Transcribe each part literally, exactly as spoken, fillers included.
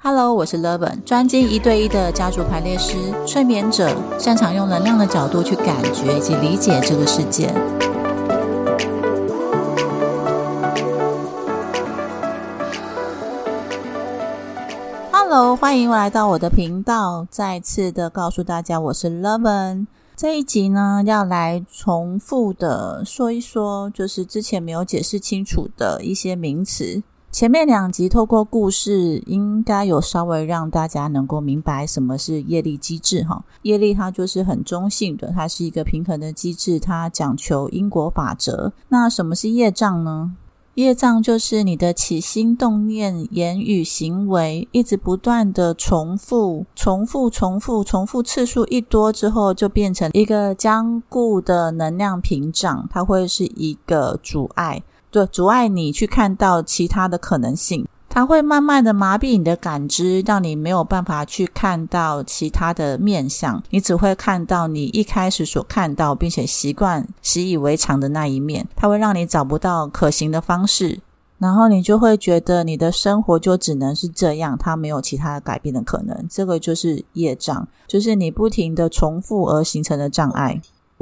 Hello， 我是 Levin， 专精一对一的家族排列师、催眠者，擅长用能量的角度去感觉以及理解这个世界。Hello， 欢迎来到我的频道，再次的告诉大家我是 Levin。这一集呢，要来重复的说一说，就是之前没有解释清楚的一些名词。前面两集透过故事应该有稍微让大家能够明白什么是业力机制哈。业力它就是很中性的，它是一个平衡的机制，它讲求因果法则。那什么是业障呢？业障就是你的起心动念、言语行为一直不断的重复重复重复重复次数一多之后，就变成一个坚固的能量屏障，它会是一个阻碍，对，阻碍你去看到其他的可能性，它会慢慢的麻痹你的感知，让你没有办法去看到其他的面向，你只会看到你一开始所看到并且习惯习以为常的那一面，它会让你找不到可行的方式，然后你就会觉得你的生活就只能是这样，它没有其他的改变的可能。这个就是业障，就是你不停的重复而形成的障碍。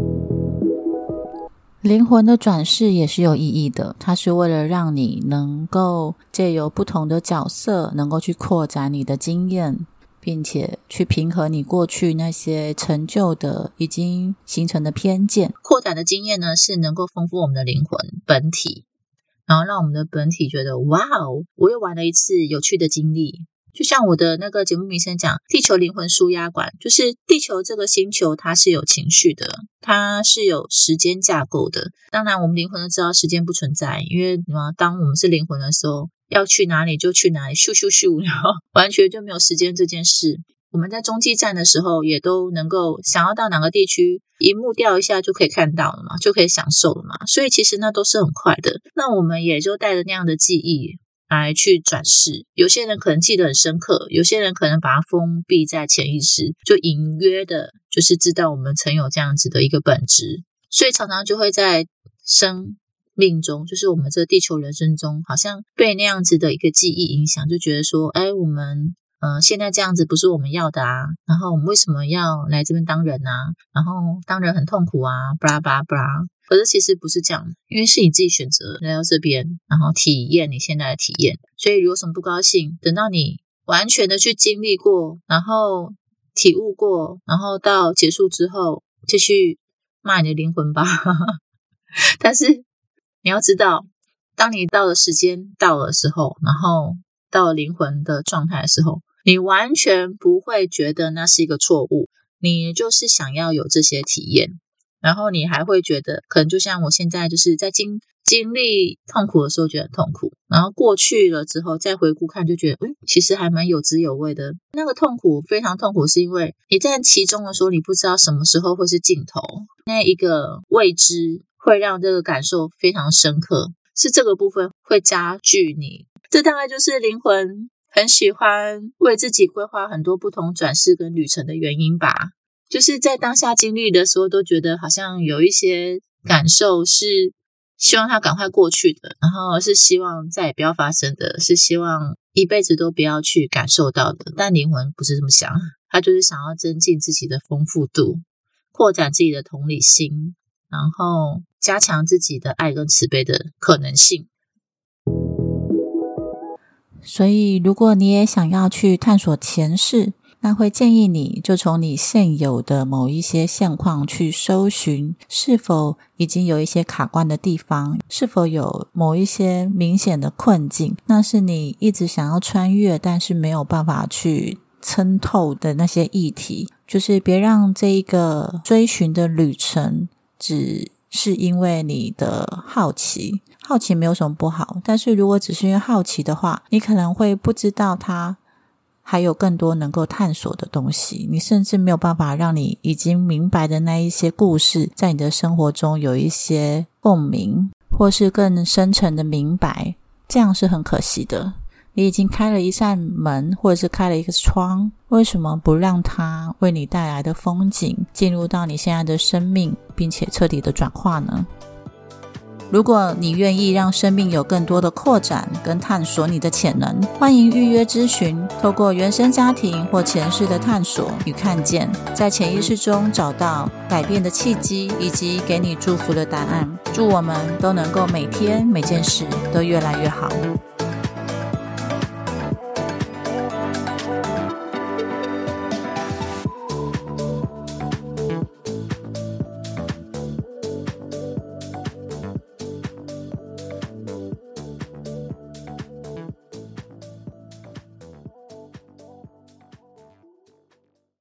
灵魂的转世也是有意义的，它是为了让你能够借由不同的角色能够去扩展你的经验，并且去平衡你过去那些成就的已经形成的偏见。 扩展的经验呢，是能够丰富我们的灵魂本体，然后让我们的本体觉得哇哦，我又玩了一次有趣的经历。就像我的那个节目名称讲，地球灵魂舒压馆，就是地球这个星球它是有情绪的，它是有时间架构的。当然我们灵魂都知道时间不存在，因为当我们是灵魂的时候，要去哪里就去哪里，咻咻咻，然后完全就没有时间这件事。我们在中继站的时候也都能够想要到哪个地区，荧幕调一下就可以看到了嘛，就可以享受了嘛，所以其实那都是很快的。那我们也就带着那样的记忆来去转世，有些人可能记得很深刻，有些人可能把它封闭在潜意识，就隐约的就是知道我们曾有这样子的一个本质，所以常常就会在生命中，就是我们这地球人生中，好像被那样子的一个记忆影响，就觉得说哎，我们呃，现在这样子不是我们要的啊，然后我们为什么要来这边当人啊，然后当人很痛苦啊，巴拉巴拉巴拉。可是其实不是这样，因为是你自己选择来到这边，然后体验你现在的体验，所以有什么不高兴，等到你完全的去经历过，然后体悟过，然后到结束之后就去骂你的灵魂吧但是你要知道，当你到了时间到了的时候，然后到了灵魂的状态的时候，你完全不会觉得那是一个错误，你就是想要有这些体验，然后你还会觉得可能就像我现在就是在经经历痛苦的时候觉得很痛苦，然后过去了之后再回顾看就觉得嗯，其实还蛮有滋有味的。那个痛苦非常痛苦，是因为你在其中的时候你不知道什么时候会是尽头，那一个未知会让这个感受非常深刻，是这个部分会加剧你。这大概就是灵魂很喜欢为自己规划很多不同转世跟旅程的原因吧。就是在当下经历的时候都觉得好像有一些感受是希望它赶快过去的，然后是希望再也不要发生的，是希望一辈子都不要去感受到的。但灵魂不是这么想，它就是想要增进自己的丰富度，扩展自己的同理心，然后加强自己的爱跟慈悲的可能性。 所以如果你也想要去探索前世，那会建议你就从你现有的某一些现况去搜寻，是否已经有一些卡关的地方，是否有某一些明显的困境，那是你一直想要穿越但是没有办法去参透的那些议题。就是别让这一个追寻的旅程只是因为你的好奇，好奇没有什么不好，但是如果只是因为好奇的话，你可能会不知道它还有更多能够探索的东西，你甚至没有办法让你已经明白的那一些故事在你的生活中有一些共鸣，或是更深层的明白，这样是很可惜的。你已经开了一扇门，或者是开了一个窗，为什么不让它为你带来的风景进入到你现在的生命，并且彻底的转化呢？ 如果你愿意让生命有更多的扩展跟探索你的潜能，欢迎预约咨询，透过原生家庭或前世的探索与看见，在潜意识中找到改变的契机以及给你祝福的答案。祝我们都能够每天每件事都越来越好。